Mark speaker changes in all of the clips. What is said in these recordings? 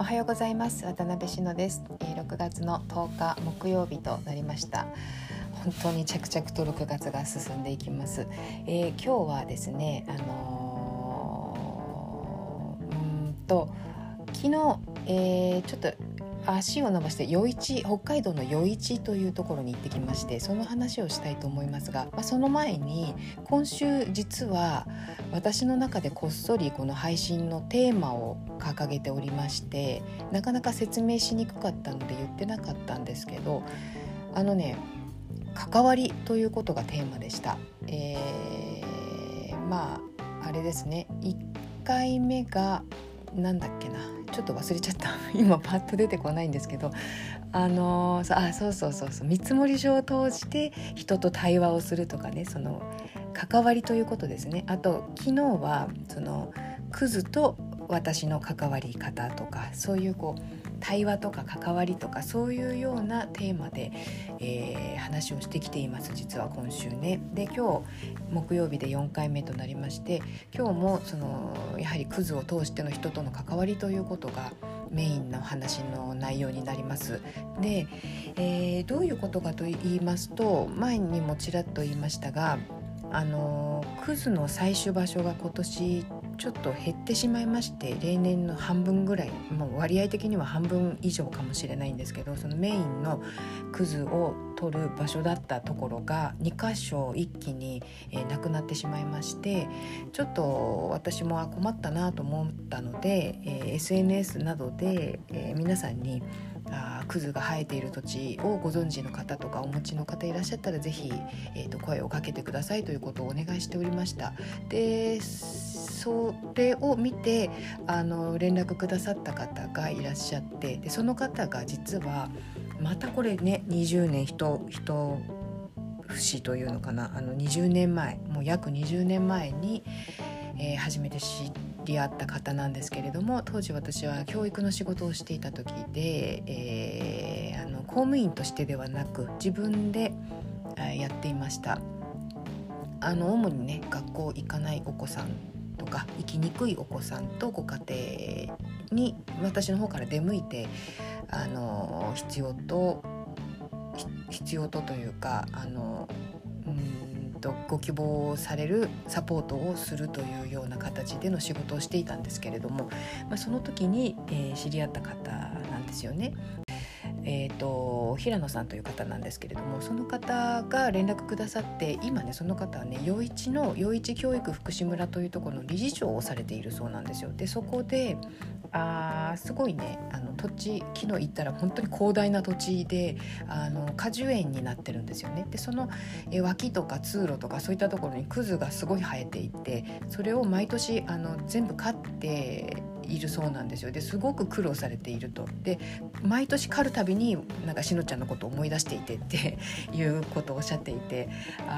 Speaker 1: はようございます。渡辺志乃です。6月の10日木曜日となりました。本当に着々と6月が進んでいきます。今日はですね、昨日、ちょっと足を伸ばして北海道の余市というところに行ってきまして、その話をしたいと思いますが、その前に今週実は私の中でこっそりこの配信のテーマを掲げておりまして、なかなか説明しにくかったので言ってなかったんですけど、関わりということがテーマでした。あれですね、1回目がなんだっけな、ちょっと忘れちゃった今パッと出てこないんですけど、そう見積書を通して人と対話をするとかね、その関わりということですね。あと昨日はそのクズと私の関わり方とか、そういう対話とか関わりとか、そういうようなテーマで、話をしてきています。実は今週ね。で、今日木曜日で4回目となりまして、今日もやはりクズを通しての人との関わりということがメインの話の内容になります。で、どういうことかと言いますと、前にもちらっと言いましたが、クズの採取場所が今年ちょっと減ってしまいまして、例年の半分ぐらい、もう割合的には半分以上かもしれないんですけど、そのメインのクズを取る場所だったところが2カ所一気に、なくなってしまいまして、ちょっと私も困ったなと思ったので、SNS などで、皆さんにクズが生えている土地をご存知の方とかお持ちの方いらっしゃったら、ぜひ、声をかけてくださいということをお願いしておりました。で、それを見て連絡くださった方がいらっしゃって、でその方が実はまたこれね、20年一節というのかな、20年前、もう約20年前に、初めて知り合った方なんですけれども、当時私は教育の仕事をしていた時で、公務員としてではなく自分でやっていました。主にね、学校行かないお子さんとか行きにくいお子さんとご家庭に私の方から出向いて、必要とというか、ご希望されるサポートをするというような形での仕事をしていたんですけれども、その時に、知り合った方なんですよね。平野さんという方なんですけれども、その方が連絡くださって、今ね、その方はね、余市教育福祉村というところの理事長をされているそうなんですよ。で、そこですごいね、土地、昨日行ったら本当に広大な土地で果樹園になってるんですよね。で、その脇とか通路とかそういったところにクズがすごい生えていて、それを毎年全部刈っているそうなんですよ。ですごく苦労されていると。で、毎年刈るたびになんかしのちゃんのことを思い出していてっていうことをおっしゃっていて、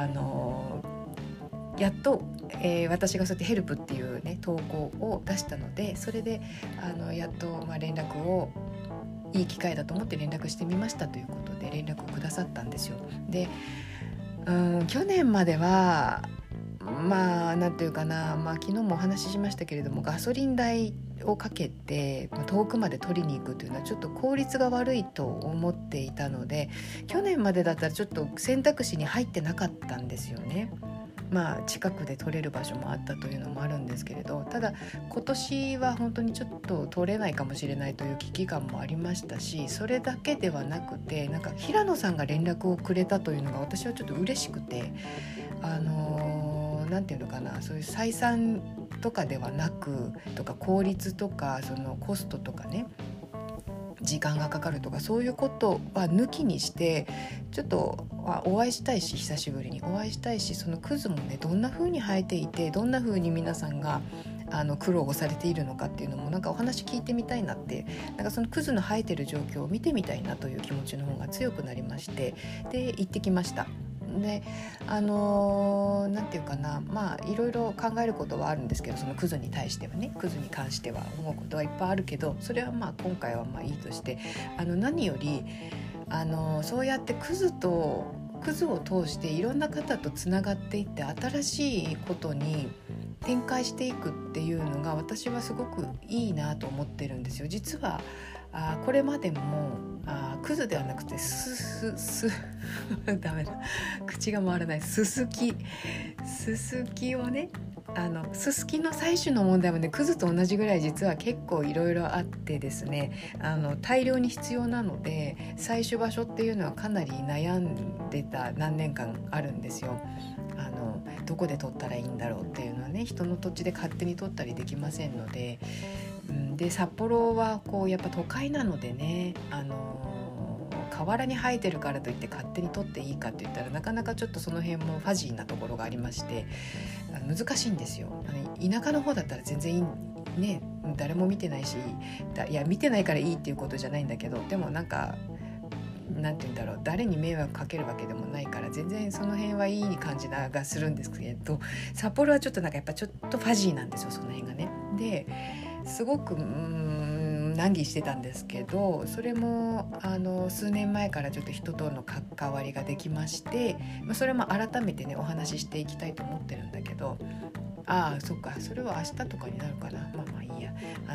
Speaker 1: やっと、私がそうやってヘルプっていうね投稿を出したので、それでやっと連絡を、いい機会だと思って連絡してみましたということで連絡をくださったんですよ。で、去年まではなんていうかな、昨日もお話ししましたけれども、ガソリン代をかけて遠くまで取りに行くというのはちょっと効率が悪いと思っていたので、去年までだったらちょっと選択肢に入ってなかったんですよね。近くで取れる場所もあったというのもあるんですけれど、ただ今年は本当にちょっと取れないかもしれないという危機感もありましたし、それだけではなくて、なんか平野さんが連絡をくれたというのが私はちょっと嬉しくて、なんていうのかな、そういう採算とかではなくとか、効率とかそのコストとかね、時間がかかるとか、そういうことは抜きにして、ちょっとお会いしたいし、久しぶりにお会いしたいし、そのクズもね、どんな風に生えていて、どんな風に皆さんが苦労をされているのかっていうのも、なんかお話聞いてみたいなって、なんかそのクズの生えてる状況を見てみたいなという気持ちの方が強くなりまして、で行ってきました。で、なんていうかな、いろいろ考えることはあるんですけど、そのクズに対してはね、クズに関しては思うことはいっぱいあるけど、それは今回はいいとして、何よりそうやってクズとクズを通していろんな方とつながっていって新しいことに展開していくっていうのが私はすごくいいなと思ってるんですよ。実はこれまでもクズではなくてダメだ、口が回らない、ススキをね、ススキの採取の問題もね、クズと同じぐらい実は結構いろいろあってですね、大量に必要なので採取場所っていうのはかなり悩んでた何年間あるんですよ。どこで取ったらいいんだろうっていうのはね、人の土地で勝手に取ったりできませんので、で札幌はこうやっぱ都会なのでね、河原に生えてるからといって勝手に取っていいかって言ったらなかなかちょっとその辺もファジーなところがありまして、難しいんですよ。田舎の方だったら全然いいね、誰も見てないし、いや見てないからいいっていうことじゃないんだけど、でもなんかなんて言うんだろう、誰に迷惑かけるわけでもないから全然その辺はいい感じがするんですけど、札幌はちょっとなんかやっぱちょっとファジーなんですよ、その辺がね。ですごく難儀してたんですけど、それも数年前からちょっと人との関わりができまして、それも改めてねお話ししていきたいと思ってるんだけど、そっか、それは明日とかになるかな、まあいいや。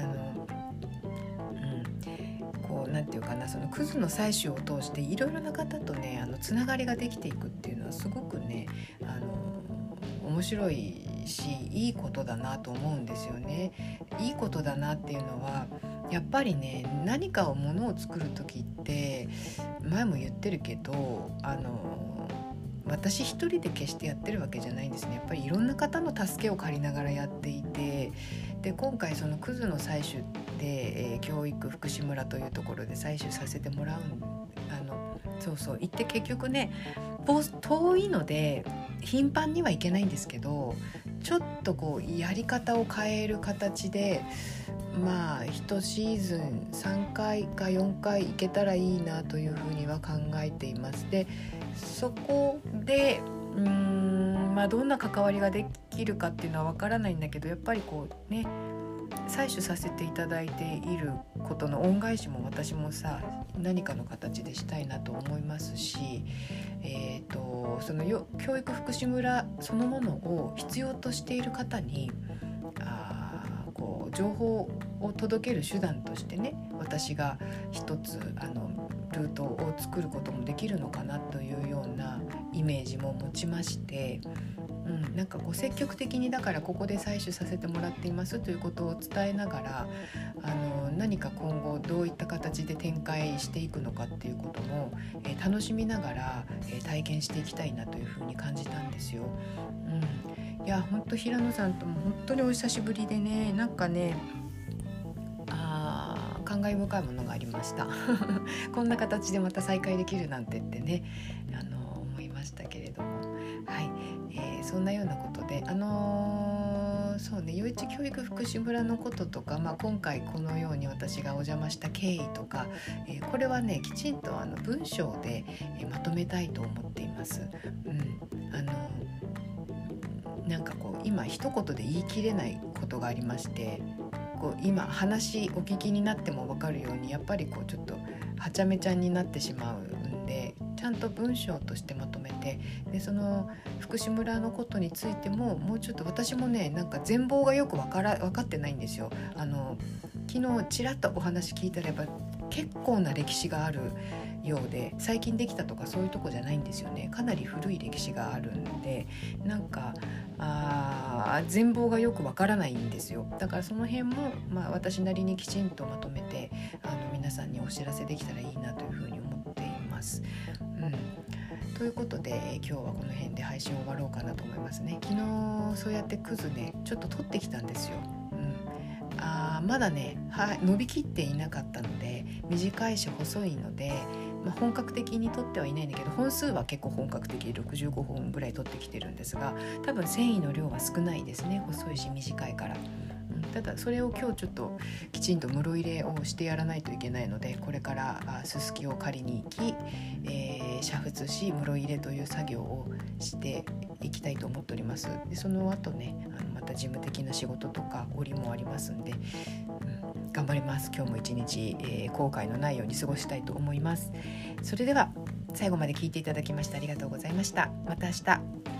Speaker 1: こうなんていうかな、そのクズの採取を通していろいろな方とねつながりができていくっていうのはすごくね面白いしいいことだなと思うんですよね。いいことだなっていうのはやっぱりね、何かを物を作る時って前も言ってるけど私一人で決してやってるわけじゃないんですね。やっぱりいろんな方の助けを借りながらやっていて、で今回そのクズの採取で、教育福祉村というところで採取させてもらう行って結局ね遠いので頻繁には行けないんですけど、ちょっとこうやり方を変える形で1シーズン3回か4回行けたらいいなというふうには考えています。でそこでどんな関わりができるかっていうのは分からないんだけど、やっぱりこうね採取させていただいていることの恩返しも私もさ何かの形でしたいなと思いますし、その教育福祉村そのものを必要としている方にこう情報を届ける手段としてね、私が一つルートを作ることもできるのかなというようなイメージも持ちまして、なんかこう積極的にだからここで採取させてもらっていますということを伝えながら何か今後どういった形で展開していくのかっていうことも、楽しみながら、体験していきたいなというふうに感じたんですよ。いや本当平野さんとも本当にお久しぶりでね、なんかね感慨深いものがありましたこんな形でまた再会できるなんてってね思いましたけれども、はい、そんなようなことでそうね、幼稚教育福祉村のこととか、今回このように私がお邪魔した経緯とか、これはねきちんと文章で、まとめたいと思っています。なんかこう今一言で言い切れないことがありまして、こう今話お聞きになっても分かるようにやっぱりこうちょっとはちゃめちゃになってしまうんで、ちゃんと文章としてまとめて、でその福祉村のことについてももうちょっと私もねなんか全貌がよく分かってないんですよ。昨日ちらっとお話聞いたらやっぱ結構な歴史があるようで、最近できたとかそういうとこじゃないんですよね。かなり古い歴史があるんで、なんか全貌がよくわからないんですよ。だからその辺も、私なりにきちんとまとめて皆さんにお知らせできたらいいなというふうに思っています。ということで今日はこの辺で配信を終わろうかなと思いますね。昨日そうやってクズねちょっと撮ってきたんですよ。まだね伸びきっていなかったので、短いし細いので、本格的に撮ってはいないんだけど、本数は結構本格的で65本ぐらい撮ってきてるんですが、多分繊維の量は少ないですね。細いし短いから、ただそれを今日ちょっときちんと室入れをしてやらないといけないので、これからすすきを借りに行き、煮沸し室入れという作業をしていきたいと思っております。でその後ねまた事務的な仕事とか折もありますんで、頑張ります。今日も一日、後悔のないように過ごしたいと思います。それでは最後まで聞いていただきましてありがとうございました。また明日。